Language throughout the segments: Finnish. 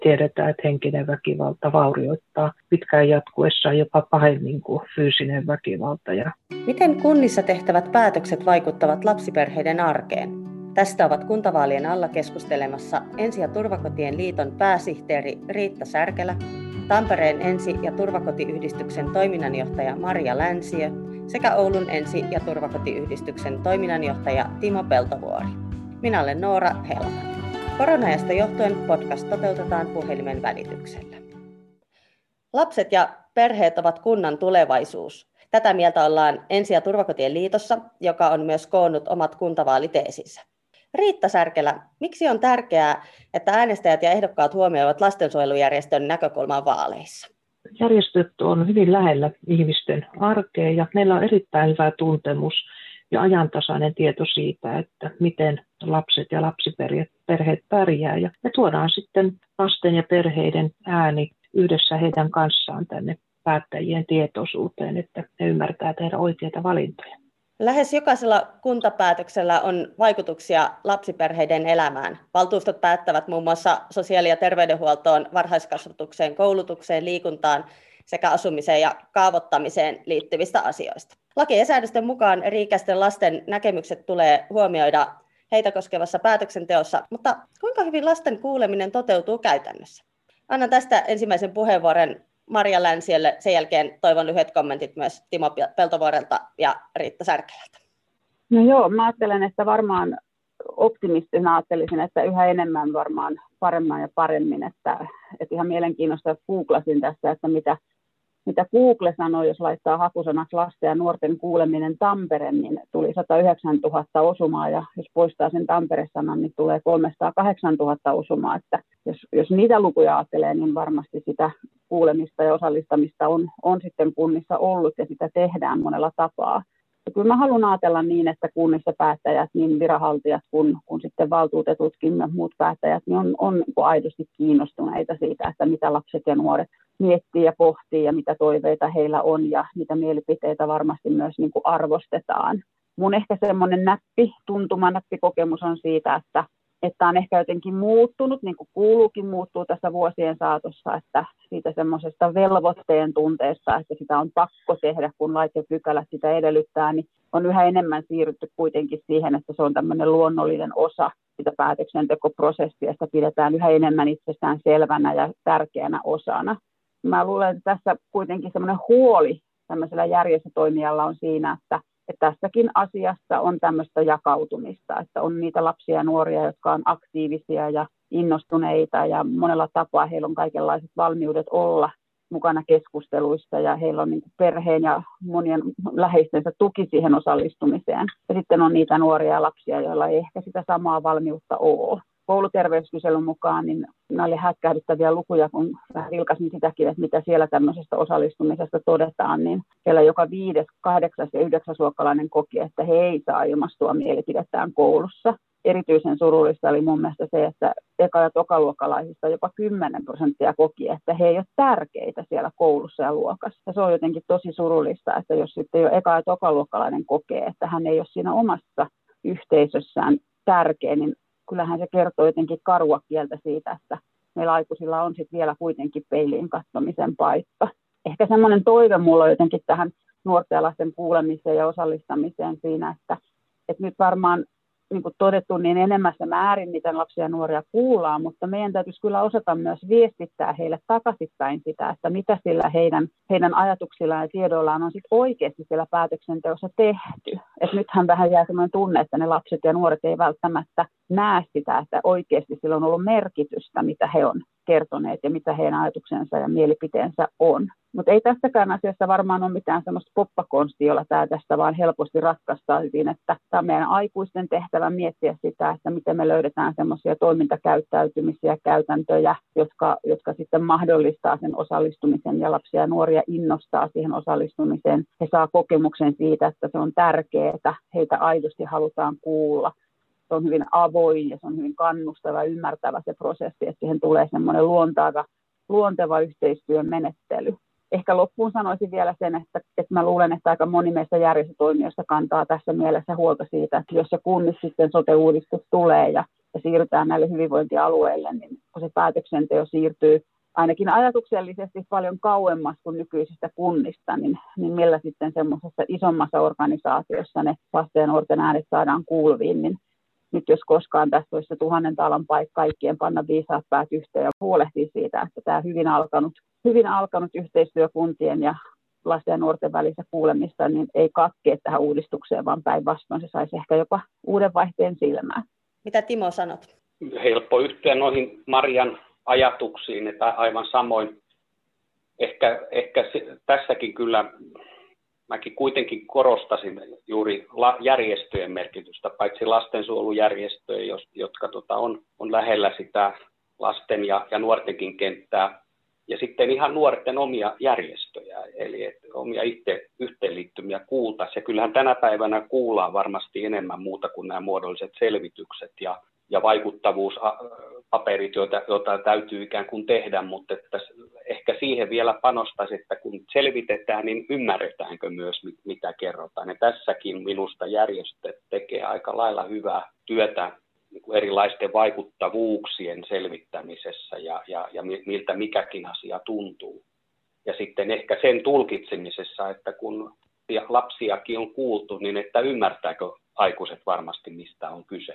tiedetään, että henkinen väkivalta vaurioittaa pitkään jatkuessaan jopa pahemmin kuin fyysinen väkivalta. Miten kunnissa tehtävät päätökset vaikuttavat lapsiperheiden arkeen? Tästä ovat kuntavaalien alla keskustelemassa Ensi- ja turvakotien liiton pääsihteeri Riitta Särkelä, Tampereen Ensi- ja turvakotiyhdistyksen toiminnanjohtaja Maria Länsiö sekä Oulun Ensi- ja turvakotiyhdistyksen toiminnanjohtaja Timo Peltovuori. Minä olen Noora Helman. Korona-ajasta johtuen podcast toteutetaan puhelimen välityksellä. Lapset ja perheet ovat kunnan tulevaisuus. Tätä mieltä ollaan Ensi- ja turvakotien liitossa, joka on myös koonnut omat kuntavaaliteesinsä. Riitta Särkelä, miksi on tärkeää, että äänestäjät ja ehdokkaat huomioivat lastensuojelujärjestön näkökulman vaaleissa? Järjestöt on hyvin lähellä ihmisten arkea ja meillä on erittäin hyvä tuntemus ja ajantasainen tieto siitä, että miten lapset ja lapsiperheet pärjää. Ja me tuodaan sitten lasten ja perheiden ääni yhdessä heidän kanssaan tänne päättäjien tietoisuuteen, että he ymmärtää tehdä oikeita valintoja. Lähes jokaisella kuntapäätöksellä on vaikutuksia lapsiperheiden elämään. Valtuustot päättävät muun muassa sosiaali- ja terveydenhuoltoon, varhaiskasvatukseen, koulutukseen, liikuntaan sekä asumiseen ja kaavoittamiseen liittyvistä asioista. Lakien ja säädösten mukaan eri-ikäisten lasten näkemykset tulee huomioida heitä koskevassa päätöksenteossa, mutta kuinka hyvin lasten kuuleminen toteutuu käytännössä? Annan tästä ensimmäisen puheenvuoron Maria Länsiölle, sen jälkeen toivon lyhyet kommentit myös Timo Peltovuorelta ja Riitta Särkelältä. No joo, mä ajattelen, että varmaan optimistina ajattelisin, että yhä enemmän varmaan paremmin ja paremmin, että ihan mielenkiinnosta googlasin tässä, että mitä Google sanoo, jos laittaa hakusanaksi lasten ja nuorten kuuleminen Tampere, niin tuli 109 000 osumaa, ja jos poistaa sen Tampere-sanan, niin tulee 308 000 osumaa, että jos niitä lukuja ajattelee, niin varmasti sitä kuulemista ja osallistamista on sitten kunnissa ollut, ja sitä tehdään monella tapaa. Ja kyllä mä haluan ajatella niin, että kunnissa päättäjät, niin viranhaltijat kuin sitten valtuutetutkin ja muut päättäjät, niin on aidosti kiinnostuneita siitä, että mitä lapset ja nuoret miettii ja pohtii ja mitä toiveita heillä on ja mitä mielipiteitä varmasti myös niin kuin arvostetaan. Mun ehkä semmoinen näppikokemus on siitä, että on ehkä jotenkin muuttunut, niin kuin kuuluukin muuttuu tässä vuosien saatossa, että siitä semmoisesta velvoitteen tunteesta, että sitä on pakko tehdä, kun lait ja pykälät sitä edellyttää, niin on yhä enemmän siirrytty kuitenkin siihen, että se on tämmöinen luonnollinen osa sitä päätöksentekoprosessia, ja sitä pidetään yhä enemmän itsestään selvänä ja tärkeänä osana. Mä luulen, että tässä kuitenkin semmoinen huoli tämmöisellä järjestötoimijalla on siinä, että tässäkin asiassa on tämmöistä jakautumista, että on niitä lapsia ja nuoria, jotka on aktiivisia ja innostuneita ja monella tapaa heillä on kaikenlaiset valmiudet olla mukana keskusteluissa ja heillä on niin kuin perheen ja monien läheistensä tuki siihen osallistumiseen. Ja sitten on niitä nuoria ja lapsia, joilla ei ehkä sitä samaa valmiutta ole. Kouluterveyskyselyn mukaan niin nämä oli hätkähdyttäviä lukuja, kun vilkaisin sitäkin, että mitä siellä tämmöisestä osallistumisesta todetaan, niin siellä joka 5., 8. ja 9. luokkalainen koki, että he ei saa ilmaistua mielipidettään koulussa. Erityisen surullista oli mun mielestä se, että eka- ja tokaluokkalaisista jopa 10% koki, että he ei ole tärkeitä siellä koulussa ja luokassa. Ja se on jotenkin tosi surullista, että jos sitten jo eka- ja tokaluokkalainen kokee, että hän ei ole siinä omassa yhteisössään tärkeä, niin kyllähän se kertoo jotenkin karua kieltä siitä, että meillä aikuisilla on sitten vielä kuitenkin peiliin katsomisen paikka. Ehkä semmoinen toive mulla on jotenkin tähän nuorten ja lasten kuulemiseen ja osallistamiseen siinä, että nyt varmaan niin kuin todettu, niin enemmässä määrin, miten lapsia ja nuoria kuullaan, mutta meidän täytyisi kyllä osata myös viestittää heille takaisinpäin sitä, että mitä sillä heidän ajatuksillaan ja tiedoillaan on sit oikeasti siellä päätöksenteossa tehty. Et nythän vähän jää sellainen tunne, että ne lapset ja nuoret ei välttämättä näe sitä, että oikeasti sillä on ollut merkitystä, mitä he on kertoneet ja mitä heidän ajatuksensa ja mielipiteensä on. Mutta ei tässäkään asiassa varmaan ole mitään semmoista poppakonstia, jolla tämä tästä vaan helposti ratkaistaan hyvin, että tämä on meidän aikuisten tehtävä miettiä sitä, että miten me löydetään semmoisia toimintakäyttäytymisiä, käytäntöjä, jotka sitten mahdollistaa sen osallistumisen ja lapsia ja nuoria innostaa siihen osallistumiseen. He saa kokemuksen siitä, että se on tärkeää, heitä aidosti halutaan kuulla. Se on hyvin avoin ja se on hyvin kannustava ja ymmärtävä se prosessi, että siihen tulee semmoinen luonteva yhteistyön menettely. Ehkä loppuun sanoisin vielä sen, että mä luulen, että aika moni meistä järjestötoimijoista kantaa tässä mielessä huolta siitä, että jos se kunnissa sitten sote-uudistus tulee ja ja siirrytään näille hyvinvointialueille, niin kun se päätöksenteko siirtyy ainakin ajatuksellisesti paljon kauemmas kuin nykyisistä kunnista, niin millä sitten semmoisessa isommassa organisaatiossa ne lasten ja nuorten äänet saadaan kuuluviin, niin nyt jos koskaan tässä olisi se 1000 taalan paikka kaikkien panna viisaat päät yhteen ja huolehtia siitä, että tämä hyvin alkanut yhteistyö kuntien ja lasten ja nuorten välissä kuulemista niin ei katkea tähän uudistukseen, vaan päinvastoin se saisi ehkä jopa uuden vaihteen silmään. Mitä Timo sanot? Helppo yhtyä noihin Marian ajatuksiin, että aivan samoin. Ehkä tässäkin kyllä mäkin kuitenkin korostasin juuri järjestöjen merkitystä, paitsi lastensuojelujärjestöjä, jotka on lähellä sitä lasten ja nuortenkin kenttää, ja sitten ihan nuorten omia järjestöjä, eli omia yhteenliittymiä kuultaisiin. Ja kyllähän tänä päivänä kuullaan varmasti enemmän muuta kuin nämä muodolliset selvitykset ja vaikuttavuuspaperit, joita täytyy ikään kuin tehdä, mutta että ehkä siihen vielä panostaisi, että kun selvitetään, niin ymmärretäänkö myös, mitä kerrotaan. Ja tässäkin minusta järjestöt tekee aika lailla hyvää työtä niin kuin erilaisten vaikuttavuuksien selvittämisessä ja miltä mikäkin asia tuntuu. Ja sitten ehkä sen tulkitsemisessa, että kun lapsiakin on kuultu, niin että ymmärtääkö aikuiset varmasti, mistä on kyse,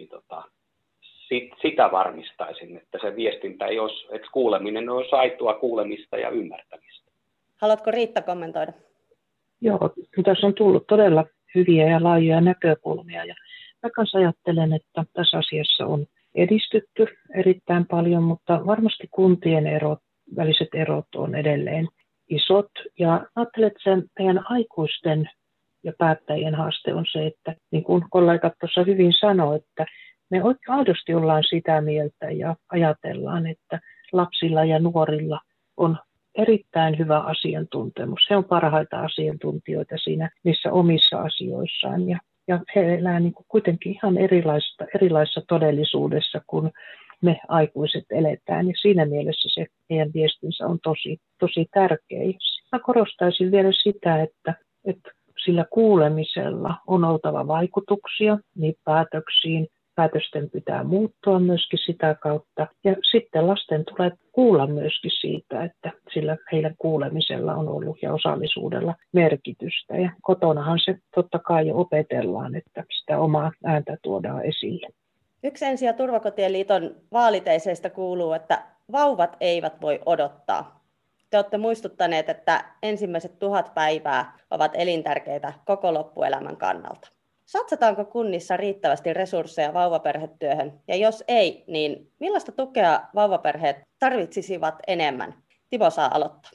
sitä varmistaisin, että se viestintä ei olisi, että kuuleminen olisi aitoa kuulemista ja ymmärtämistä. Haluatko Riitta kommentoida? Joo, tässä on tullut todella hyviä ja laajoja näkökulmia. Ja mä kanssa ajattelen, että tässä asiassa on edistytty erittäin paljon, mutta varmasti kuntien väliset erot on edelleen isot. Ja ajattelen, että sen meidän aikuisten ja päättäjien haaste on se, että niin kuin kollegat tuossa hyvin sanoi, että me aidosti ollaan sitä mieltä ja ajatellaan, että lapsilla ja nuorilla on erittäin hyvä asiantuntemus. He on parhaita asiantuntijoita siinä niissä omissa asioissaan ja he elävät niin kuin kuitenkin ihan erilaisessa todellisuudessa kuin me aikuiset eletään. Ja siinä mielessä se heidän viestinsä on tosi tärkeä. Mä korostaisin vielä sitä, että sillä kuulemisella on oltava vaikutuksia niin päätöksiin. Päätösten pitää muuttua myöskin sitä kautta. Ja sitten lasten tulee kuulla myöskin siitä, että sillä heidän kuulemisella on ollut ja osallisuudella merkitystä. Ja kotonahan se totta kai jo opetellaan, että sitä omaa ääntä tuodaan esille. Yksi Ensi- ja Turvakotien liiton vaaliteiseistä kuuluu, että vauvat eivät voi odottaa. Te olette muistuttaneet, että ensimmäiset 1000 päivää ovat elintärkeitä koko loppuelämän kannalta. Satsataanko kunnissa riittävästi resursseja vauvaperhetyöhön? Ja jos ei, niin millaista tukea vauvaperheet tarvitsisivat enemmän? Timo saa aloittaa.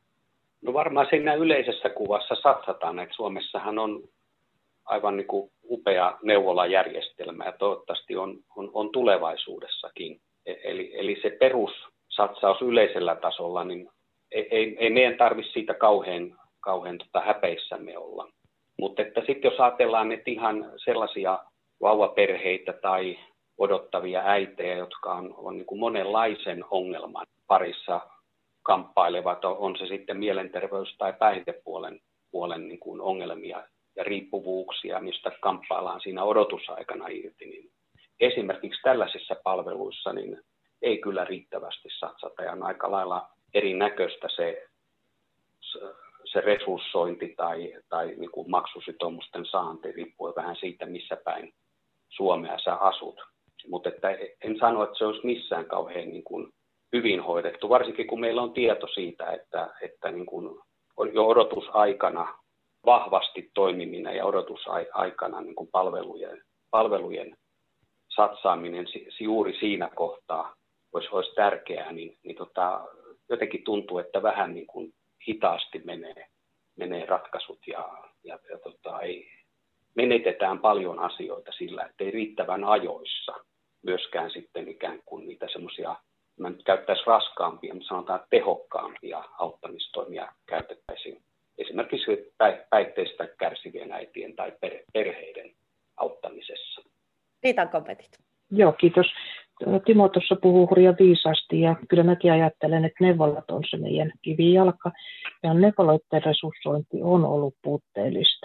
No varmaan siinä yleisessä kuvassa satsataan, että Suomessahan on aivan niin kuin upea neuvolajärjestelmä ja toivottavasti on tulevaisuudessakin. Eli se perussatsaus yleisellä tasolla, niin ei meidän tarvitse siitä kauhean häpeissämme olla. Mutta että sitten jos ajatellaan, että ihan sellaisia vauvaperheitä tai odottavia äitejä, jotka on niin kuin monenlaisen ongelman parissa kamppailevat, on se sitten mielenterveys- tai päihdepuolen niin kuin ongelmia ja riippuvuuksia, mistä kamppaillaan siinä odotusaikana irti, niin esimerkiksi tällaisissa palveluissa niin ei kyllä riittävästi satsata ja on aika lailla erinäköistä se resurssointi tai niin kuin maksusitoumusten saanti riippuu vähän siitä, missä päin Suomea sä asut. Mutta en sano, että se olisi missään kauhean niin kuin hyvin hoidettu, varsinkin kun meillä on tieto siitä, että niin kuin jo odotusaikana vahvasti toimiminen ja odotusaikana niin kuin palvelujen satsaaminen juuri siinä kohtaa olisi tärkeää, niin jotenkin tuntuu, että vähän niin kuin hitaasti menee ratkaisut ja menetetään paljon asioita sillä, että ei riittävän ajoissa myöskään sitten ikään kuin niitä semmoisia, mä nyt käyttäisiin raskaampia, mutta sanotaan tehokkaampia auttamistoimia käytettäisiin esimerkiksi päihteistä kärsivien äitien tai perheiden auttamisessa. Riitan kommentit. Joo, kiitos. Timo tuossa puhuu hurjan viisaasti ja kyllä mäkin ajattelen, että neuvolat on se meidän kivijalka. Ja neuvoloiden resurssointi on ollut puutteellista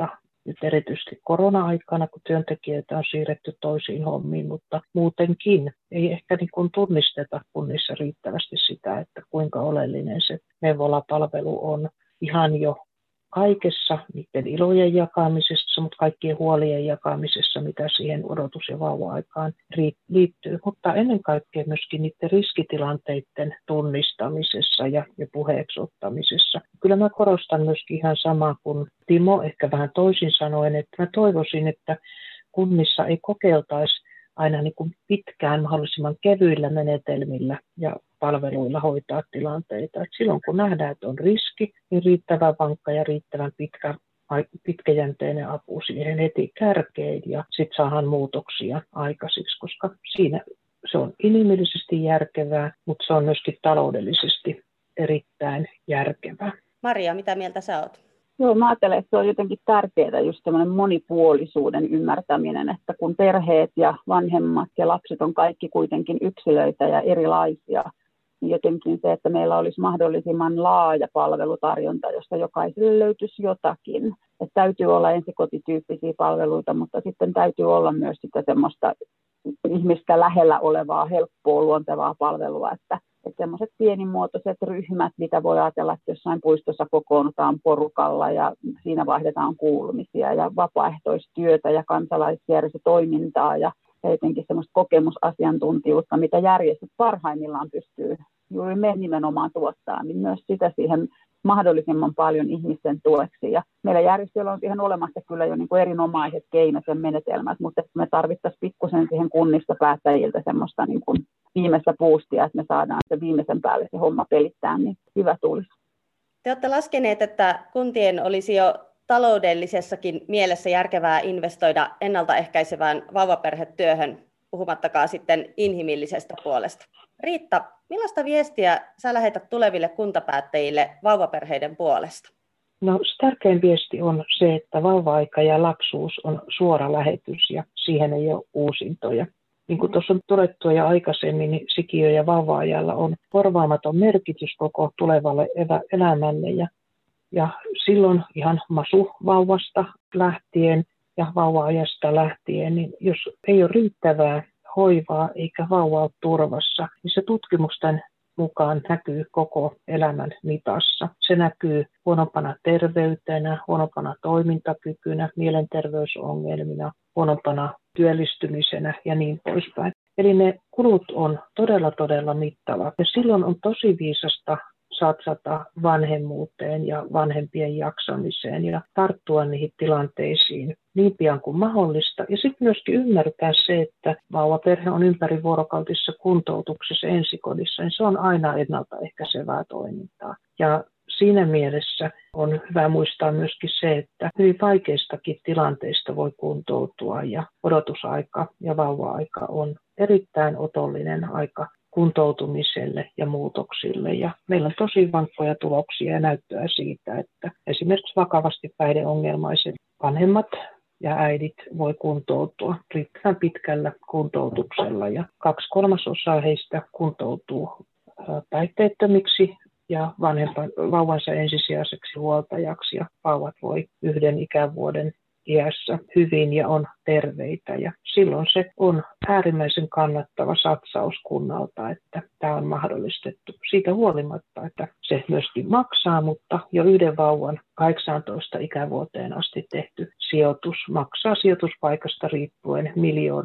nyt erityisesti korona-aikana, kun työntekijöitä on siirretty toisiin hommiin, mutta muutenkin ei ehkä niin kuin tunnisteta kunnissa riittävästi sitä, että kuinka oleellinen se neuvolapalvelu on ihan jo kaikessa niiden ilojen jakamisessa, mutta kaikkien huolien jakamisessa, mitä siihen odotus- ja vauva-aikaan liittyy, mutta ennen kaikkea myöskin niiden riskitilanteiden tunnistamisessa ja puheeksi ottamisessa. Kyllä mä korostan myöskin ihan samaa kuin Timo, ehkä vähän toisin sanoen, että mä toivoisin, että kunnissa ei kokeiltaisi aina niin kuin pitkään mahdollisimman kevyillä menetelmillä ja palveluilla hoitaa tilanteita. Et silloin kun nähdään, että on riski, niin riittävän vankka ja riittävän pitkäjänteinen apu siihen heti kärkeen ja sitten saadaan muutoksia aikaisiksi, koska siinä se on inhimillisesti järkevää, mutta se on myöskin taloudellisesti erittäin järkevää. Maria, mitä mieltä sä oot? Joo, mä ajattelen, että se on jotenkin tärkeää just semmoinen monipuolisuuden ymmärtäminen, että kun perheet ja vanhemmat ja lapset on kaikki kuitenkin yksilöitä ja erilaisia, niin jotenkin se, että meillä olisi mahdollisimman laaja palvelutarjonta, josta jokaiselle löytyisi jotakin. Että täytyy olla ensikotityyppisiä palveluita, mutta sitten täytyy olla myös sitä semmoista ihmistä lähellä olevaa, helppoa, luontevaa palvelua, että semmoiset pienimuotoiset ryhmät, mitä voi ajatella, että jossain puistossa kokoonnutaan porukalla ja siinä vaihdetaan kuulumisia ja vapaaehtoistyötä ja kansalaisjärjestötoimintaa ja jotenkin semmoista kokemusasiantuntijuutta, mitä järjestöt parhaimmillaan pystyy juuri me nimenomaan tuottaa, niin myös sitä siihen mahdollisimman paljon ihmisten tueksi. Ja meillä järjestöillä on siihen olemassa kyllä jo niin kuin erinomaiset keinot ja menetelmät, mutta me tarvittaisiin pikkusen siihen kunnista päättäjiltä semmoista niin kuin viimeistä boostia, että me saadaan se viimeisen päälle se homma pelittää, niin hyvä tulisi. Te olette laskeneet, että kuntien olisi jo taloudellisessakin mielessä järkevää investoida ennaltaehkäisevään vauvaperhetyöhön, puhumattakaan sitten inhimillisestä puolesta. Riitta, millaista viestiä sä lähetät tuleville kuntapäättäjille vauvaperheiden puolesta? No, tärkein viesti on se, että vauva-aika ja lapsuus on suora lähetys ja siihen ei ole uusintoja. Niin kuin tuossa on todettu jo aikaisemmin, niin sikiö- ja vauva-ajalla on korvaamaton merkitys koko tulevalle elämälle. Ja silloin ihan masuvauvasta lähtien ja vauva-ajasta lähtien, niin jos ei ole riittävää hoivaa eikä vauva ole turvassa, niin se tutkimusten mukaan näkyy koko elämän mitassa. Se näkyy huonompana terveytenä, huonompana toimintakykynä, mielenterveysongelmina, huonompana työllistymisenä ja niin poispäin. Eli ne kulut on todella mittavat. Ja silloin on tosi viisasta satsata vanhemmuuteen ja vanhempien jaksamiseen ja tarttua niihin tilanteisiin niin pian kuin mahdollista. Ja sitten myöskin ymmärtää se, että vauvaperhe on ympärivuorokautisessa kuntoutuksessa ensikodissa, niin se on aina ennaltaehkäisevää toimintaa. Ja siinä mielessä on hyvä muistaa myöskin se, että hyvin vaikeistakin tilanteista voi kuntoutua ja odotusaika ja vauva-aika on erittäin otollinen aika kuntoutumiselle ja muutoksille. Ja meillä on tosi vankkoja tuloksia ja näyttöä siitä, että esimerkiksi vakavasti päihdeongelmaiset vanhemmat ja äidit voi kuntoutua riittävän pitkällä kuntoutuksella. Ja 2/3 heistä kuntoutuu päihteettömiksi ja vauvansa ensisijaiseksi huoltajaksi. Ja vauvat voi 1 ikävuoden iässä hyvin ja on terveitä. Ja silloin se on äärimmäisen kannattava satsaus kunnalta, että tämä on mahdollistettu. Siitä huolimatta, että se myöskin maksaa, mutta jo 1 vauvan 18 ikävuoteen asti tehty sijoitus maksaa sijoituspaikasta riippuen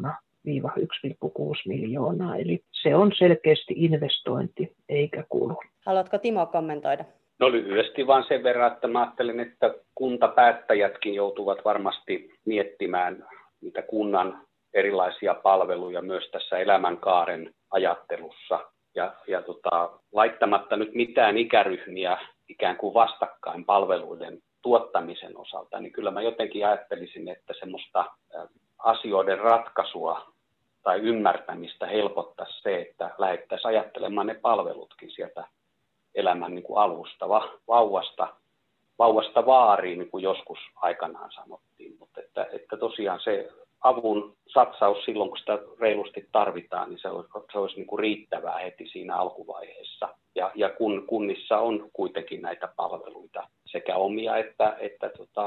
1–1,6 miljoonaa. Eli se on selkeästi investointi eikä kulu. Haluatko Timo kommentoida? No lyhyesti vaan sen verran, että mä ajattelen, että kuntapäättäjätkin joutuvat varmasti miettimään niitä kunnan erilaisia palveluja myös tässä elämänkaaren ajattelussa. Ja laittamatta nyt mitään ikäryhmiä ikään kuin vastakkain palveluiden tuottamisen osalta, niin kyllä mä jotenkin ajattelisin, että semmoista asioiden ratkaisua tai ymmärtämistä helpottaisi se, että lähdettäisiin ajattelemaan ne palvelutkin sieltä elämän niin kuin alusta, vauvasta vaariin, niin kuin joskus aikanaan sanottiin. Mutta että tosiaan se avun satsaus silloin, kun sitä reilusti tarvitaan, niin se olisi niin kuin riittävää heti siinä alkuvaiheessa. Ja kun kunnissa on kuitenkin näitä palveluita, sekä omia että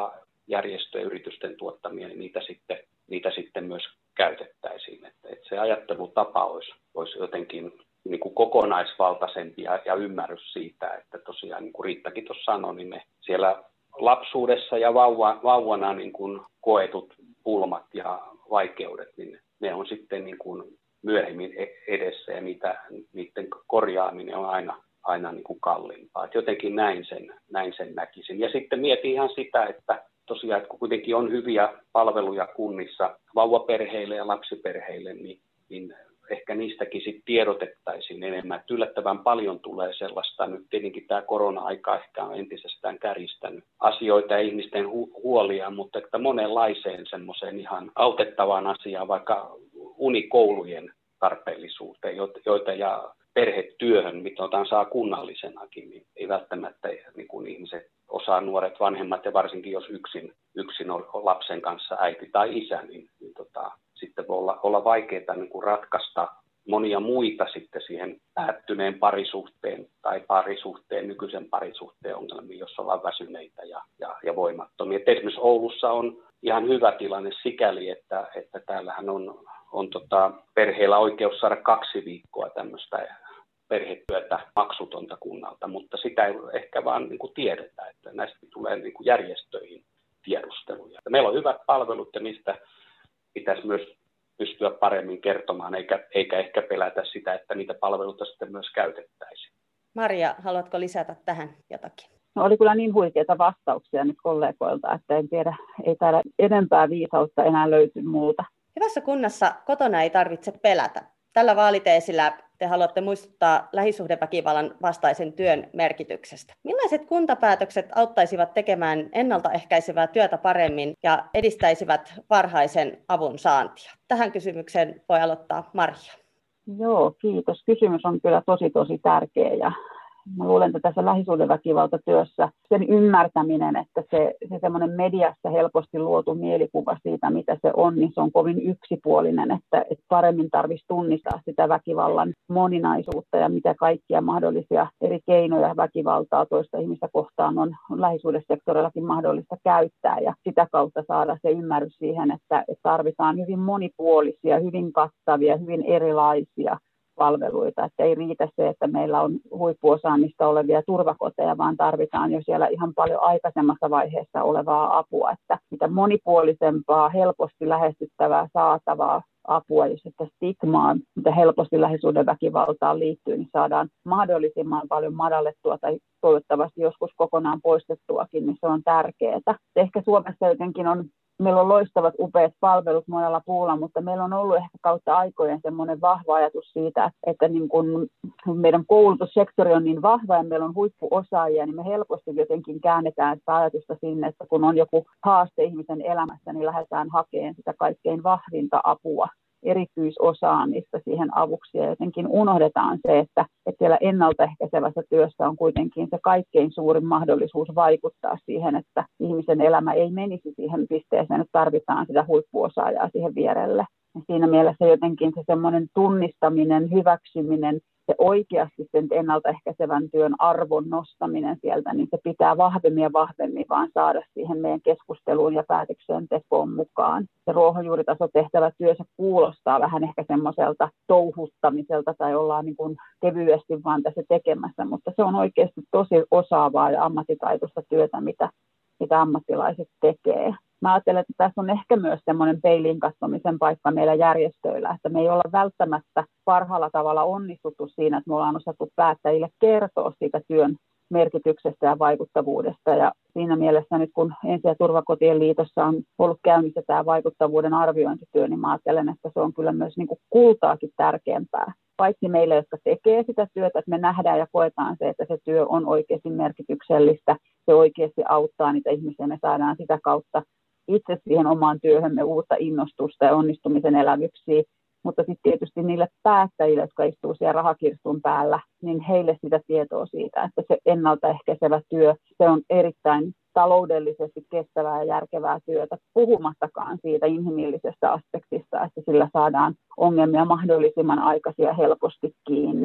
järjestöjen yritysten tuottamia, niin niitä sitten myös käytettäisiin. Että se ajattelutapa olisi jotenkin niin kuin kokonaisvaltaisempi ja ymmärrys siitä, että tosiaan niin kuin Riittakin tuossa sanoi, niin ne siellä lapsuudessa ja vauvana niin kuin koetut pulmat ja vaikeudet, niin ne on sitten niin kuin myöhemmin edessä ja niiden korjaaminen on aina niin kuin kalliimpaa. Et jotenkin näin sen näkisin. Ja sitten mietin ihan sitä, että tosiaan, että kun kuitenkin on hyviä palveluja kunnissa vauvaperheille ja lapsiperheille, niin ehkä niistäkin sitten tiedotettaisiin enemmän. Että yllättävän paljon tulee sellaista, nyt tietenkin tämä korona-aika ehkä on entisestään kärjistänyt asioita ja ihmisten huolia, mutta että monenlaiseen semmoiseen ihan autettavaan asiaan, vaikka unikoulujen tarpeellisuuteen, joita ja perhetyöhön, mitä saa kunnallisenakin, niin ei välttämättä niin kuin ihmiset osaa, nuoret vanhemmat ja varsinkin jos yksin on lapsen kanssa äiti tai isä, niin sitten voi olla vaikeaa niin kuin ratkaista monia muita sitten siihen päättyneen parisuhteen tai nykyisen parisuhteen ongelmiin, jos ollaan väsyneitä ja voimattomia. Et esimerkiksi Oulussa on ihan hyvä tilanne sikäli, että täällähän on perheellä oikeus saada 2 viikkoa tämmöistä perhetyötä maksutonta kunnalta, mutta sitä ei ehkä vaan niin kuin tiedetä, että näistä tulee niin kuin järjestöihin tiedusteluja. Meillä on hyvät palvelut ja niistä pitäisi myös pystyä paremmin kertomaan, eikä ehkä pelätä sitä, että niitä palveluita sitten myös käytettäisiin. Maria, haluatko lisätä tähän jotakin? No, oli kyllä niin huikeita vastauksia nyt kollegoilta, että en tiedä, ei täällä enempää viisautta enää löyty muuta. Hyvässä kunnassa kotona ei tarvitse pelätä. Tällä vaaliteesillä te haluatte muistuttaa lähisuhdeväkivallan vastaisen työn merkityksestä. Millaiset kuntapäätökset auttaisivat tekemään ennaltaehkäisevää työtä paremmin ja edistäisivät varhaisen avun saantia? Tähän kysymykseen voi aloittaa Maria. Joo, kiitos. Kysymys on kyllä tosi tärkeä ja mä luulen, että tässä lähisuhdeväkivaltatyössä sen ymmärtäminen, että se semmoinen mediassa helposti luotu mielikuva siitä, mitä se on, niin se on kovin yksipuolinen, että paremmin tarvitsisi tunnistaa sitä väkivallan moninaisuutta ja mitä kaikkia mahdollisia eri keinoja väkivaltaa toista ihmistä kohtaan on lähisuhdesektorillakin mahdollista käyttää ja sitä kautta saada se ymmärrys siihen, että tarvitaan hyvin monipuolisia, hyvin kattavia, hyvin erilaisia palveluita, että ei riitä se, että meillä on huippuosaamista olevia turvakoteja, vaan tarvitaan jo siellä ihan paljon aikaisemmassa vaiheessa olevaa apua, että mitä monipuolisempaa, helposti lähestyttävää, saatavaa apua, jos sitä stigmaa, mitä helposti lähisuhdeväkivaltaan liittyy, niin saadaan mahdollisimman paljon madallettua tai toivottavasti joskus kokonaan poistettuakin, niin se on tärkeää. Ehkä Suomessa jotenkin meillä on loistavat, upeat palvelut monella puulla, mutta meillä on ollut ehkä kautta aikojen semmoinen vahva ajatus siitä, että niin kun meidän koulutussektori on niin vahva ja meillä on huippuosaajia, niin me helposti jotenkin käännetään sitä ajatusta sinne, että kun on joku haaste ihmisen elämässä, niin lähdetään hakemaan sitä kaikkein vahvinta apua, erityisosaamista siihen avuksi ja jotenkin unohdetaan se, että siellä ennaltaehkäisevässä työssä on kuitenkin se kaikkein suurin mahdollisuus vaikuttaa siihen, että ihmisen elämä ei menisi siihen pisteeseen, että tarvitaan sitä huippuosaajaa siihen vierelle. Ja siinä mielessä jotenkin se semmoinen tunnistaminen, hyväksyminen ja oikeasti sen ennaltaehkäisevän työn arvon nostaminen sieltä, niin se pitää vahvemmin ja vahvemmin vaan saada siihen meidän keskusteluun ja päätöksentekoon mukaan. Se ruohonjuuritaso tehtävä työ, se kuulostaa vähän ehkä semmoiselta touhuttamiselta tai ollaan niin kuin kevyesti vaan tässä tekemässä, mutta se on oikeasti tosi osaavaa ja ammattitaitoista työtä, mitä ammattilaiset tekee. Mä ajattelen, että tässä on ehkä myös semmoinen peiliin katsomisen paikka meillä järjestöillä, että me ei olla välttämättä parhaalla tavalla onnistuttu siinä, että me ollaan osattu päättäjille kertoa siitä työn merkityksestä ja vaikuttavuudesta. Ja siinä mielessä nyt kun Ensi- ja turvakotien liitossa on ollut käynnissä tämä vaikuttavuuden arviointityö, niin mä ajattelen, että se on kyllä myös niin kuin kultaakin tärkeämpää. Paitsi meille, jotka tekee sitä työtä, että me nähdään ja koetaan se, että se työ on oikeasti merkityksellistä, se oikeasti auttaa niitä ihmisiä, me saadaan sitä kautta itse siihen omaan työhömme uutta innostusta ja onnistumisen elävyksiä, mutta sitten tietysti niille päättäjille, jotka istuu siellä rahakirstun päällä, niin heille sitä tietoa siitä, että se ennaltaehkäisevä työ, se on erittäin taloudellisesti kestävää ja järkevää työtä, puhumattakaan siitä inhimillisestä aspektista, että sillä saadaan ongelmia mahdollisimman aikaisin ja helposti kiinni.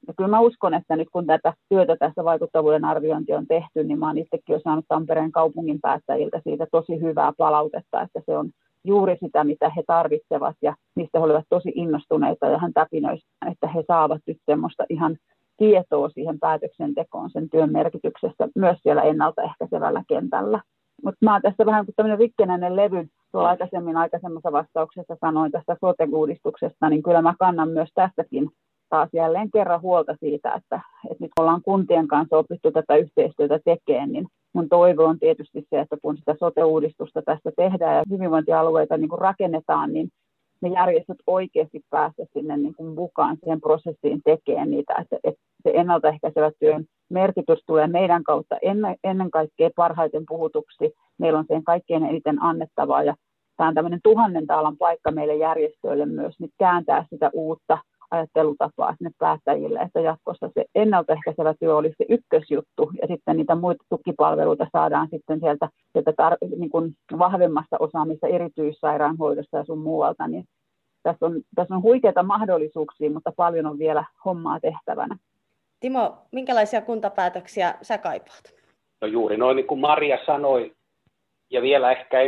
Ja kyllä mä uskon, että nyt kun tätä työtä tässä vaikuttavuuden arviointi on tehty, niin mä oon itsekin jo saanut Tampereen kaupungin päättäjiltä siitä tosi hyvää palautetta, että se on juuri sitä, mitä he tarvitsevat ja mistä he olivat tosi innostuneita ja hän täpinöisi, että he saavat nyt semmoista ihan tietoa siihen päätöksentekoon sen työn merkityksestä myös siellä ennaltaehkäisevällä kentällä. Mutta mä oon tässä vähän kuin tämmöinen rikkinäinen levy, tuolla aikaisemmassa vastauksessa sanoin tästä sote-uudistuksesta, niin kyllä mä kannan myös tässäkin taas jälleen kerran huolta siitä, että nyt ollaan kuntien kanssa opittu tätä yhteistyötä tekemään, niin mun toivo on tietysti se, että kun sitä sote-uudistusta tästä tehdään ja hyvinvointialueita niin kuin rakennetaan, niin ne järjestöt oikeasti päästä sinne niin kuin mukaan siihen prosessiin tekemään niitä, että se ennaltaehkäisevä työn merkitys tulee meidän kautta ennen kaikkea parhaiten puhutuksi. Meillä on siihen kaikkein eniten annettavaa ja tämä on tämmöinen 1000 taalan paikka meille järjestöille myös nyt kääntää sitä uutta ajattelutapaa sinne päättäjille, että jatkossa se ennaltaehkäisevä työ olisi se ykkösjuttu ja sitten niitä muita tukipalveluita saadaan sitten sieltä niin kuin vahvemmasta osaamista erityissairaanhoidosta ja sun muualta, niin tässä on huikeita mahdollisuuksia, mutta paljon on vielä hommaa tehtävänä. Timo, minkälaisia kuntapäätöksiä sä kaipaat? No juuri noin niin kuin Maria sanoi, ja vielä ehkä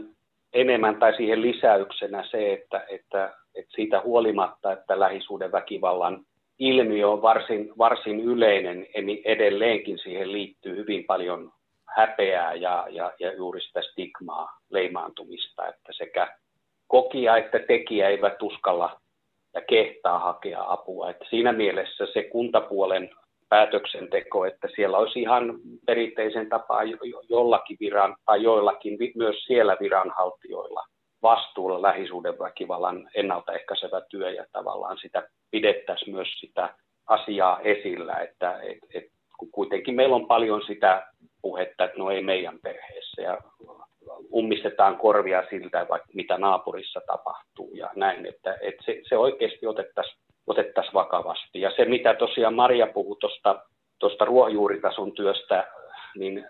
enemmän tai siihen lisäyksenä se, että siitä huolimatta, että lähisuhdeväkivallan ilmiö on varsin yleinen, edelleenkin siihen liittyy hyvin paljon häpeää ja juuri sitä stigmaa, leimaantumista, että sekä kokija että tekijä eivät uskalla ja kehtaa hakea apua. Että siinä mielessä se kuntapuolen päätöksenteko, että siellä olisi ihan perinteisen tapaa jollakin tai joillakin myös siellä viranhaltijoilla vastuulla lähisuhdeväkivallan ennaltaehkäisevä työ ja tavallaan sitä pidettäisiin myös sitä asiaa esillä, että kun kuitenkin meillä on paljon sitä puhetta, että no ei meidän perheessä ja ummistetaan korvia siltä, vaikka mitä naapurissa tapahtuu ja näin, että se oikeasti otettaisiin vakavasti. Ja se, mitä tosiaan Maria puhui tuosta ruohonjuuritason työstä, niin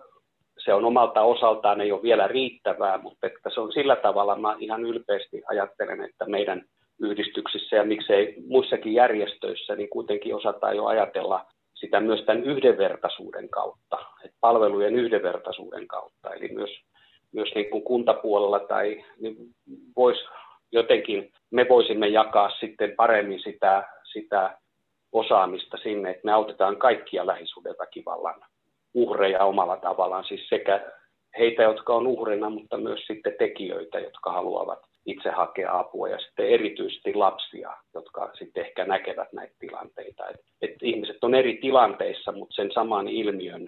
se on omalta osaltaan ei ole vielä riittävää, mutta että se on sillä tavalla, mä ihan ylpeästi ajattelen, että meidän yhdistyksissä ja miksei muissakin järjestöissä, niin kuitenkin osataan jo ajatella sitä myös tämän yhdenvertaisuuden kautta, että palvelujen yhdenvertaisuuden kautta, eli myös niin kuin kuntapuolella tai niin me voisimme jakaa sitten paremmin sitä osaamista sinne, että me autetaan kaikkia lähisuhdeväkivallan uhreja omalla tavallaan, siis sekä heitä, jotka on uhrina, mutta myös sitten tekijöitä, jotka haluavat itse hakea apua ja sitten erityisesti lapsia, jotka sitten ehkä näkevät näitä tilanteita. Et ihmiset on eri tilanteissa, mutta sen saman ilmiön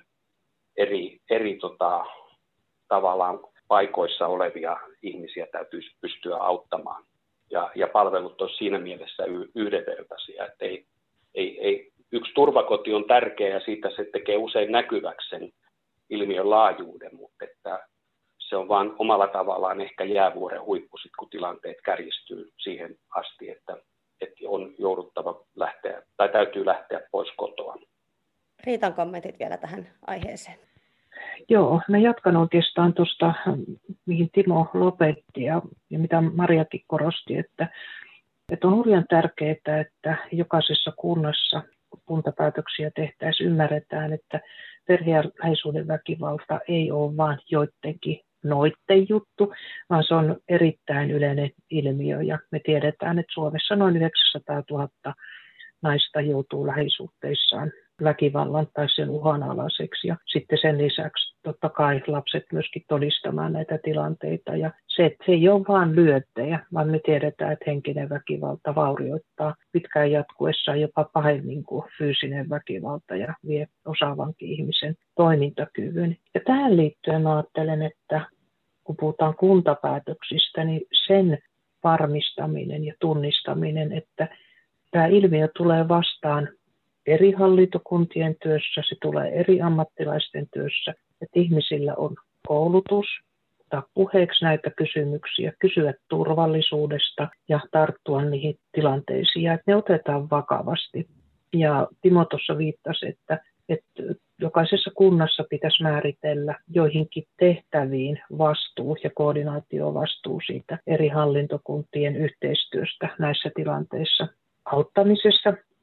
eri tavallaan paikoissa olevia ihmisiä täytyy pystyä auttamaan. Ja palvelut on siinä mielessä yhdenvertaisia, että ei yksi turvakoti on tärkeä ja siitä se tekee usein näkyväksi sen ilmiön laajuuden, mutta että se on vaan omalla tavallaan ehkä jäävuoren huippu, sit kun tilanteet kärjistyy siihen asti, että on jouduttava lähteä tai täytyy lähteä pois kotoa. Riitan kommentit vielä tähän aiheeseen. Joo, mä jatkan oikeastaan tuosta, mihin Timo lopetti ja mitä Mariakin korosti, että on hurjan tärkeää, että jokaisessa kunnassa kuntapäätöksiä tehtäisiin ymmärretään, että perhe- ja lähisuhdeväkivalta ei ole vain joidenkin noitten juttu, vaan se on erittäin yleinen ilmiö ja me tiedetään, että Suomessa noin 900 000 naista joutuu lähisuhteissaan väkivallan tai sen uhanalaiseksi ja sitten sen lisäksi totta kai lapset myöskin todistamaan näitä tilanteita ja se ei ole vain lyöttejä, vaan me tiedetään, että henkinen väkivalta vaurioittaa pitkään jatkuessaan jopa pahemmin kuin fyysinen väkivalta ja vie osaavankin ihmisen toimintakyvyn. Ja tähän liittyen mä ajattelen, että kun puhutaan kuntapäätöksistä, niin sen varmistaminen ja tunnistaminen, että tämä ilmiö tulee vastaan eri hallintokuntien työssä, se tulee eri ammattilaisten työssä, että ihmisillä on koulutus, ottaa puheeksi näitä kysymyksiä, kysyä turvallisuudesta ja tarttua niihin tilanteisiin ja että ne otetaan vakavasti. Ja Timo tuossa viittasi, että jokaisessa kunnassa pitäisi määritellä joihinkin tehtäviin vastuu ja koordinaatiovastuu siitä eri hallintokuntien yhteistyöstä näissä tilanteissa auttamisessa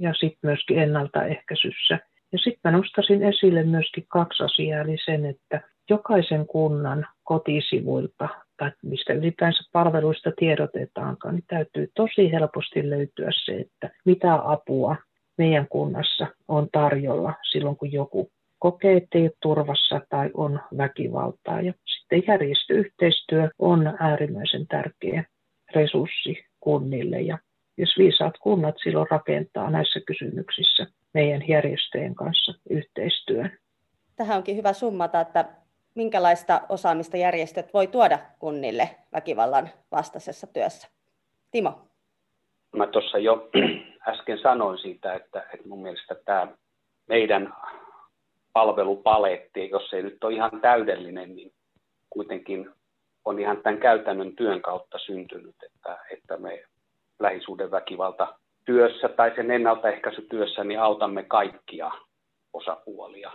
ja sitten myöskin ennaltaehkäisyssä. Ja sitten mä nostaisin esille myöskin 2 asiaa, eli sen, että jokaisen kunnan kotisivuilta tai mistä ylipäänsä palveluista tiedotetaankaan, niin täytyy tosi helposti löytyä se, että mitä apua meidän kunnassa on tarjolla silloin, kun joku kokee, että ei ole turvassa tai on väkivaltaa. Ja sitten järjestöyhteistyö on äärimmäisen tärkeä resurssi kunnille. Ja jos viisaat kunnat silloin rakentaa näissä kysymyksissä meidän järjestöjen kanssa yhteistyön. Tähän onkin hyvä summata, että minkälaista osaamista järjestöt voi tuoda kunnille väkivallan vastaisessa työssä. Timo. Mä tuossa jo äsken sanoin siitä, että mun mielestä tämä meidän palvelupaletti, jos ei nyt ole ihan täydellinen, niin kuitenkin on ihan tämän käytännön työn kautta syntynyt, että me lähisuhdeväkivalta työssä tai sen ennaltaehkäisytyössä niin autamme kaikkia osapuolia.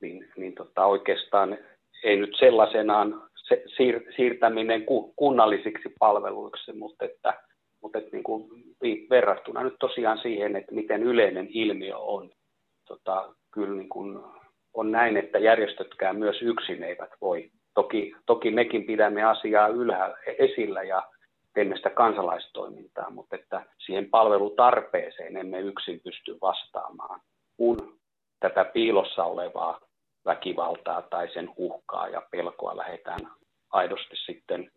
Oikeastaan ei nyt sellaisenaan siirtäminen kunnallisiksi palveluiksi, mutta niin kuin verrattuna nyt tosiaan siihen, että miten yleinen ilmiö on. Kyllä niin kuin on näin, että järjestötkään myös yksin eivät voi. Toki mekin pidämme asiaa esillä ja teemme sitä kansalaistoimintaa, mutta että siihen palvelutarpeeseen emme yksin pysty vastaamaan, kun tätä piilossa olevaa väkivaltaa tai sen uhkaa ja pelkoa lähdetään aidosti sitten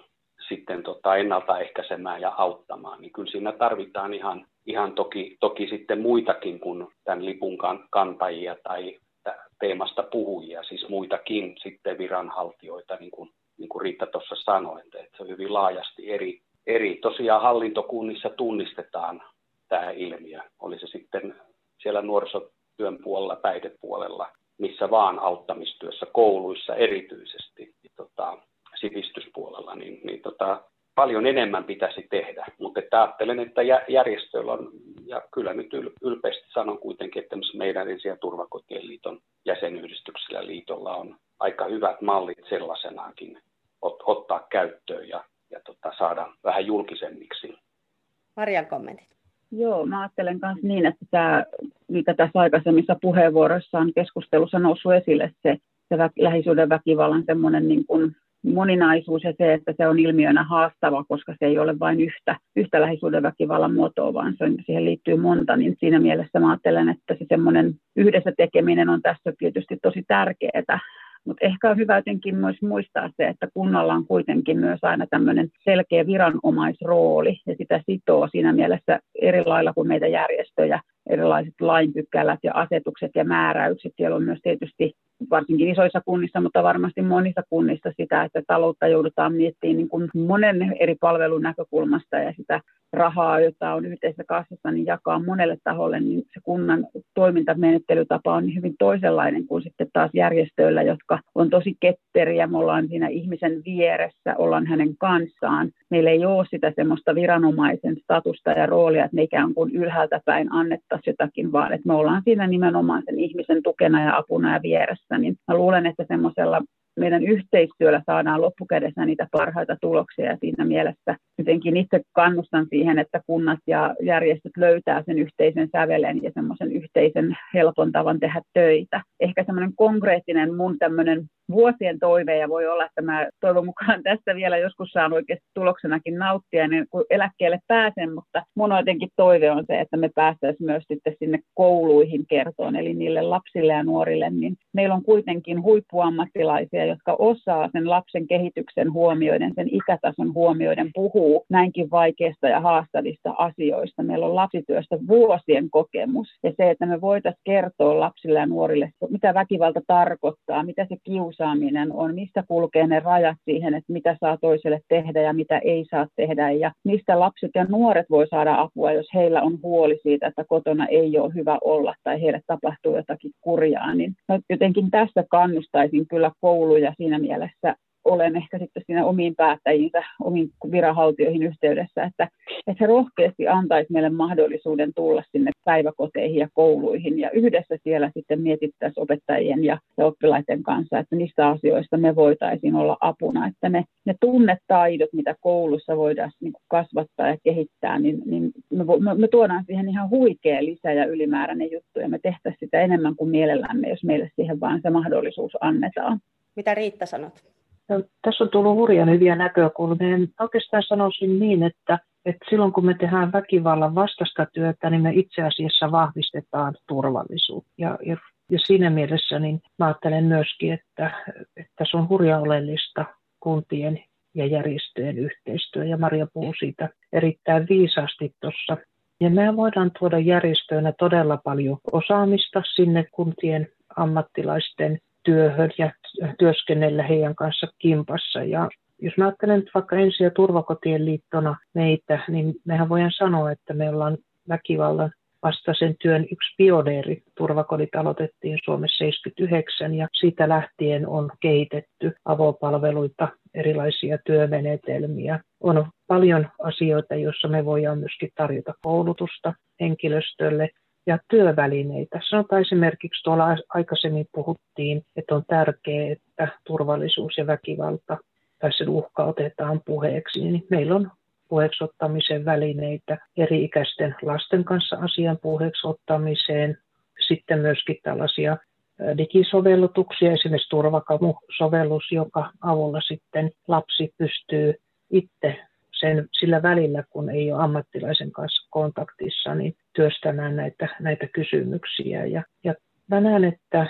ennaltaehkäisemään ja auttamaan, niin kyllä siinä tarvitaan ihan toki sitten muitakin kuin tämän lipun kantajia tai teemasta puhujia, siis muitakin sitten viranhaltijoita, niin kuin Riitta tuossa sanoi, että se on hyvin laajasti eri tosiaan hallintokunnissa tunnistetaan tämä ilmiö, oli se sitten siellä nuorisotyön puolella, päihdepuolella, missä vaan auttamistyössä, kouluissa erityisesti, sivistyspuolella, niin paljon enemmän pitäisi tehdä. Mutta ajattelen, että järjestöillä on, ja kyllä nyt ylpeästi sanon kuitenkin, että meidän Ensi- ja Turvakotien liiton jäsenyhdistyksellä liitolla on aika hyvät mallit sellaisenaankin ottaa käyttöön ja saada vähän julkisemmiksi. Marian kommentit. Joo, mä ajattelen myös niin, että tämä, mikä tässä aikaisemmissa puheenvuoroissa on keskustelussa noussut esille, se lähisuuden väkivallan semmoinen niin kuin moninaisuus ja se, että se on ilmiönä haastava, koska se ei ole vain yhtä lähisuuden väkivallan muotoa, vaan siihen liittyy monta, niin siinä mielessä mä ajattelen, että se semmoinen yhdessä tekeminen on tässä tietysti tosi tärkeää. Mutta ehkä on hyvä jotenkin myös muistaa se, että kunnalla on kuitenkin myös aina tämmöinen selkeä viranomaisrooli ja sitä sitoo siinä mielessä eri lailla kuin meitä järjestöjä, erilaiset lainpykälät ja asetukset ja määräykset. Siellä on myös tietysti varsinkin isoissa kunnissa, mutta varmasti monissa kunnissa sitä, että taloutta joudutaan miettimään niin kuin monen eri palvelun näkökulmasta ja sitä rahaa, jota on yhteisessä kassassa, niin jakaa monelle taholle, niin se kunnan toimintamenettelytapa on hyvin toisenlainen kuin sitten taas järjestöillä, jotka on tosi ketteriä. Me ollaan siinä ihmisen vieressä, ollaan hänen kanssaan. Meillä ei ole sitä semmoista viranomaisen statusta ja roolia, että me ikään kuin ylhäältä päin annettaisiin jotakin, vaan että me ollaan siinä nimenomaan sen ihmisen tukena ja apuna ja vieressä. Niin mä luulen, että semmoisella meidän yhteistyöllä saadaan loppukädessä niitä parhaita tuloksia ja siinä mielessä jotenkin itse kannustan siihen, että kunnat ja järjestöt löytää sen yhteisen sävelen ja semmoisen yhteisen helpon tavan tehdä töitä. Ehkä semmoinen konkreettinen mun tämmöinen vuosien toive ja voi olla, että mä toivon mukaan tästä vielä joskus saan oikeasti tuloksenakin nauttia, niin kun eläkkeelle pääsen, mutta mun jotenkin toive on se, että me päästäisiin myös sitten sinne kouluihin kertoon, eli niille lapsille ja nuorille, niin meillä on kuitenkin huippuammattilaisia, jotka osaa sen lapsen kehityksen huomioiden, sen ikätason huomioiden puhuu näinkin vaikeista ja haastavista asioista. Meillä on lapsityöstä vuosien kokemus ja se, että me voitaisiin kertoa lapsille ja nuorille, mitä väkivalta tarkoittaa, mitä se kiusaaminen on, mistä kulkee ne rajat siihen, että mitä saa toiselle tehdä ja mitä ei saa tehdä ja mistä lapset ja nuoret voi saada apua, jos heillä on huoli siitä, että kotona ei ole hyvä olla tai heille tapahtuu jotakin kurjaa. Niin jotenkin tässä kannustaisin kyllä kouluja siinä mielessä olen ehkä sitten siinä omiin päättäjiinsä, omiin viranhaltijoihin yhteydessä, että he rohkeasti antaisi meille mahdollisuuden tulla sinne päiväkoteihin ja kouluihin ja yhdessä siellä sitten mietittäisiin opettajien ja oppilaiden kanssa, että mistä asioista me voitaisiin olla apuna, että ne tunnetaidot, mitä koulussa voidaan niin kuin kasvattaa ja kehittää, niin me tuodaan siihen ihan huikea lisä ja ylimääräinen juttu ja me tehtäisiin sitä enemmän kuin mielellämme, jos meille siihen vaan se mahdollisuus annetaan. Mitä Riitta sanot? No, tässä on tullut hurjan hyviä näkökulmia. Oikeastaan sanoisin niin, että silloin kun me tehdään väkivallan vastaista työtä, niin me itse asiassa vahvistetaan turvallisuutta. Ja siinä mielessä niin mä ajattelen myöskin, että se on hurjan oleellista kuntien ja järjestöjen yhteistyö. Ja Maria puhui siitä erittäin viisaasti tuossa. Ja me voidaan tuoda järjestöinä todella paljon osaamista sinne kuntien ammattilaisten työhön ja työskennellä heidän kanssa kimpassa. Ja jos mä ajattelen nyt vaikka Ensi- ja turvakotien liittona meitä, niin mehän voidaan sanoa, että me ollaan väkivallan vastaisen työn yksi pioneeri. Turvakodit aloitettiin Suomessa 79 ja siitä lähtien on kehitetty avopalveluita, erilaisia työmenetelmiä. On paljon asioita, joissa me voidaan myöskin tarjota koulutusta henkilöstölle ja työvälineitä. Sanotaan esimerkiksi tuolla aikaisemmin puhuttiin, että on tärkeää, että turvallisuus ja väkivalta tai sen uhka otetaan puheeksi. Niin meillä on puheeksi ottamisen välineitä eri-ikäisten lasten kanssa asian puheeksi ottamiseen. Sitten myöskin tällaisia digisovellutuksia, esimerkiksi Turvakamu-sovellus, joka avulla sitten lapsi pystyy itse sillä välillä, kun ei ole ammattilaisen kanssa kontaktissa, niin työstämään näitä kysymyksiä. Ja mä näen, että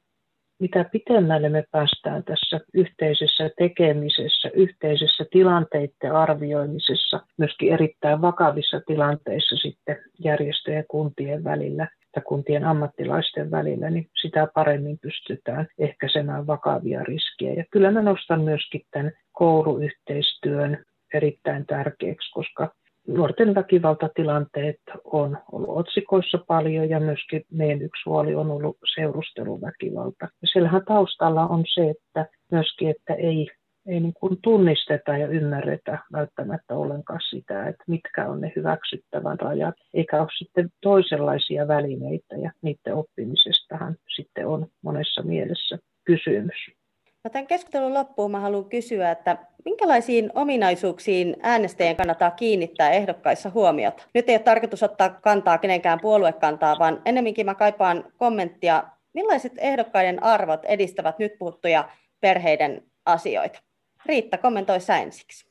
mitä pitemmälle me päästään tässä yhteisessä tekemisessä, yhteisessä tilanteiden arvioimisessa, myöskin erittäin vakavissa tilanteissa sitten järjestöjen ja kuntien välillä tai kuntien ammattilaisten välillä, niin sitä paremmin pystytään ehkäisemään vakavia riskejä. Ja kyllä mä nostan myöskin tämän kouluyhteistyön erittäin tärkeäksi, koska nuorten väkivaltatilanteet on ollut otsikoissa paljon ja myöskin meidän yksi huoli on ollut seurusteluväkivalta. Ja siellähän taustalla on se, että myöskin, että ei niin kuin tunnisteta ja ymmärretä välttämättä ollenkaan sitä, että mitkä on ne hyväksyttävän rajat, eikä ole sitten toisenlaisia välineitä ja niiden oppimisestahan sitten on monessa mielessä kysymys. No tämän keskustelun loppuun mä haluan kysyä, että minkälaisiin ominaisuuksiin äänestäjien kannattaa kiinnittää ehdokkaissa huomiota? Nyt ei ole tarkoitus ottaa kantaa kenenkään puoluekantaa, vaan ennemminkin mä kaipaan kommenttia, millaiset ehdokkaiden arvot edistävät nyt puhuttuja perheiden asioita? Riitta, kommentoi sä ensiksi.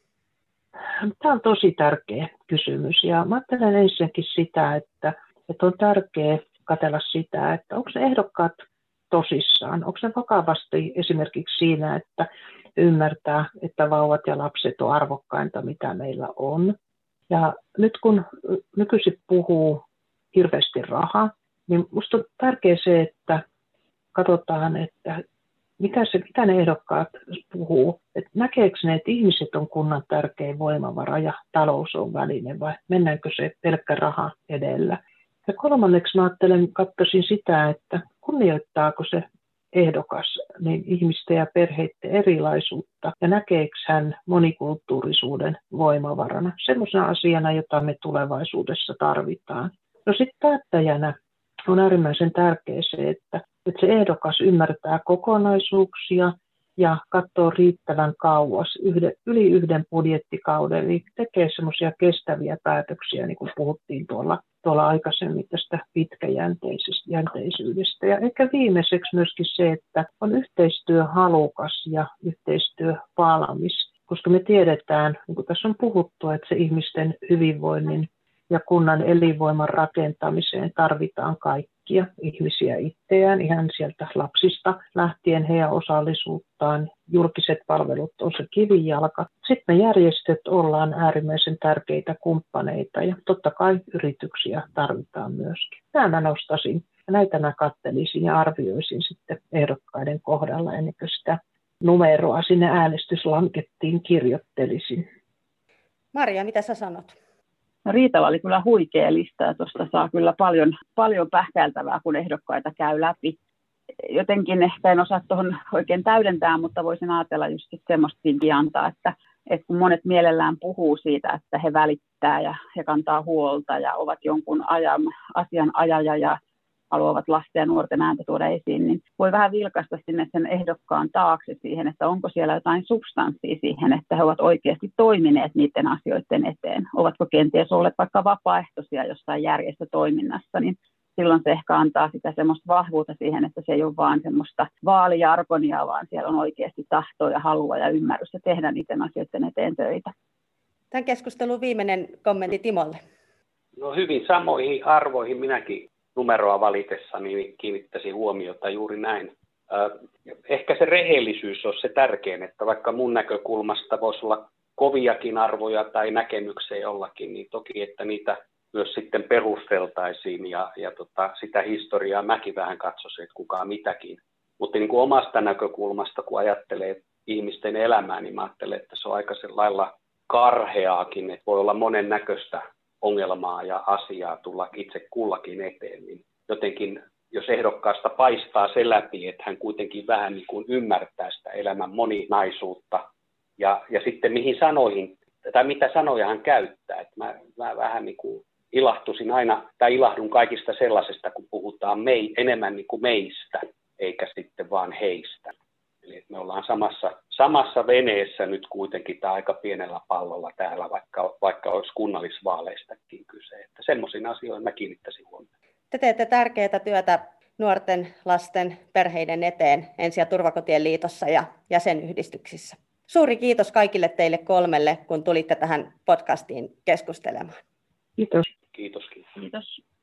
Tämä on tosi tärkeä kysymys ja mä ajattelen ensinnäkin sitä, että on tärkeää katsella sitä, että onko ne ehdokkaat tosissaan, onko ne vakavasti esimerkiksi siinä, että ymmärtää, että vauvat ja lapset on arvokkainta, mitä meillä on. Ja nyt kun nykyisin puhuu hirveästi rahaa, niin minusta on tärkeää se, että katsotaan, että mitä ne ehdokkaat puhuu, että näkeekö ne, että ihmiset on kunnan tärkein voimavara ja talous on väline vai mennäänkö se pelkkä raha edellä. Ja kolmanneksi mä katsoisin sitä, että kunnioittaako se ehdokas niin ihmisten ja perheiden erilaisuutta ja näkeekö hän monikulttuurisuuden voimavarana, semmoisena asiana, jota me tulevaisuudessa tarvitaan. No sitten päättäjänä on äärimmäisen tärkeää se, että se ehdokas ymmärtää kokonaisuuksia ja katsoo riittävän kauas yli yhden budjettikauden, eli tekee semmoisia kestäviä päätöksiä, niin kuin puhuttiin tuolla aikaisemmin tästä pitkäjänteisyydestä. Ja ehkä viimeiseksi myöskin se, että on yhteistyöhalukas ja yhteistyövalmis, koska me tiedetään, niin kuin tässä on puhuttu, että se ihmisten hyvinvoinnin ja kunnan elinvoiman rakentamiseen tarvitaan kaikkia ihmisiä itseään, ihan sieltä lapsista lähtien heidän osallisuuttaan. Julkiset palvelut on se kivijalka. Sitten me järjestöt ollaan äärimmäisen tärkeitä kumppaneita ja totta kai yrityksiä tarvitaan myöskin. Nämä nostaisin ja näitä mä katselisin ja arvioisin sitten ehdokkaiden kohdalla ennen kuin sitä numeroa sinne äänestyslankettiin kirjoittelisin. Maria, mitä sä sanot? No Riitalla oli kyllä huikea lista ja tuosta saa kyllä paljon pähkäiltävää, kun ehdokkaita käy läpi. jotenkin ehkä en osaa tuohon oikein täydentää, mutta voisin ajatella just semmoista antaa, että kun monet mielellään puhuu siitä, että he välittää ja kantaa huolta ja ovat jonkun asian ajaja ja haluavat lasten ja nuorten ääntä tuoda esiin, niin voi vähän vilkaista sinne sen ehdokkaan taakse siihen, että onko siellä jotain substanssia siihen, että he ovat oikeasti toimineet niiden asioiden eteen. Ovatko kenties olleet vaikka vapaaehtoisia jossain järjestötoiminnassa, niin silloin se ehkä antaa sitä semmoista vahvuutta siihen, että se ei ole vaan semmoista vaalijargonia, vaan siellä on oikeasti tahtoa ja halua ja ymmärrystä tehdä niiden asioiden eteen töitä. Tämän keskustelun viimeinen kommentti Timolle. No hyvin samoihin arvoihin minäkin numeroa valitessani kiinnittäisin huomiota juuri näin. Ehkä se rehellisyys on se tärkein, että vaikka mun näkökulmasta voisi olla koviakin arvoja tai näkemyksiä jollakin, niin toki, että niitä myös sitten perusteltaisiin ja sitä historiaa mäkin vähän katsoisin, että kuka mitäkin. Mutta niin kuin omasta näkökulmasta, kun ajattelee ihmisten elämää, niin mä ajattelen, että se on aika lailla karheaakin, että voi olla monen näköistä ongelmaa ja asiaa tulla itse kullakin eteen, niin jotenkin jos ehdokkaasta paistaa se läpi, että hän kuitenkin vähän niin kuin ymmärtää sitä elämän moninaisuutta ja sitten mihin sanoihin, tai mitä sanoja hän käyttää. Että mä vähän niin kuin ilahtuisin aina, tai ilahdun kaikista sellaisesta, kun puhutaan enemmän niin kuin meistä, eikä sitten vaan heistä. Eli me ollaan samassa veneessä nyt kuitenkin tai aika pienellä pallolla täällä, vaikka olisi kunnallisvaaleistakin kyse. Että semmoisiin asioihin mä kiinnittäisin huomiota. Te teette tärkeää työtä nuorten, lasten, perheiden eteen Ensi- ja Turvakotien liitossa ja jäsenyhdistyksissä. Suuri kiitos kaikille teille 3, kun tulitte tähän podcastiin keskustelemaan. Kiitos. Kiitos. Kiitos.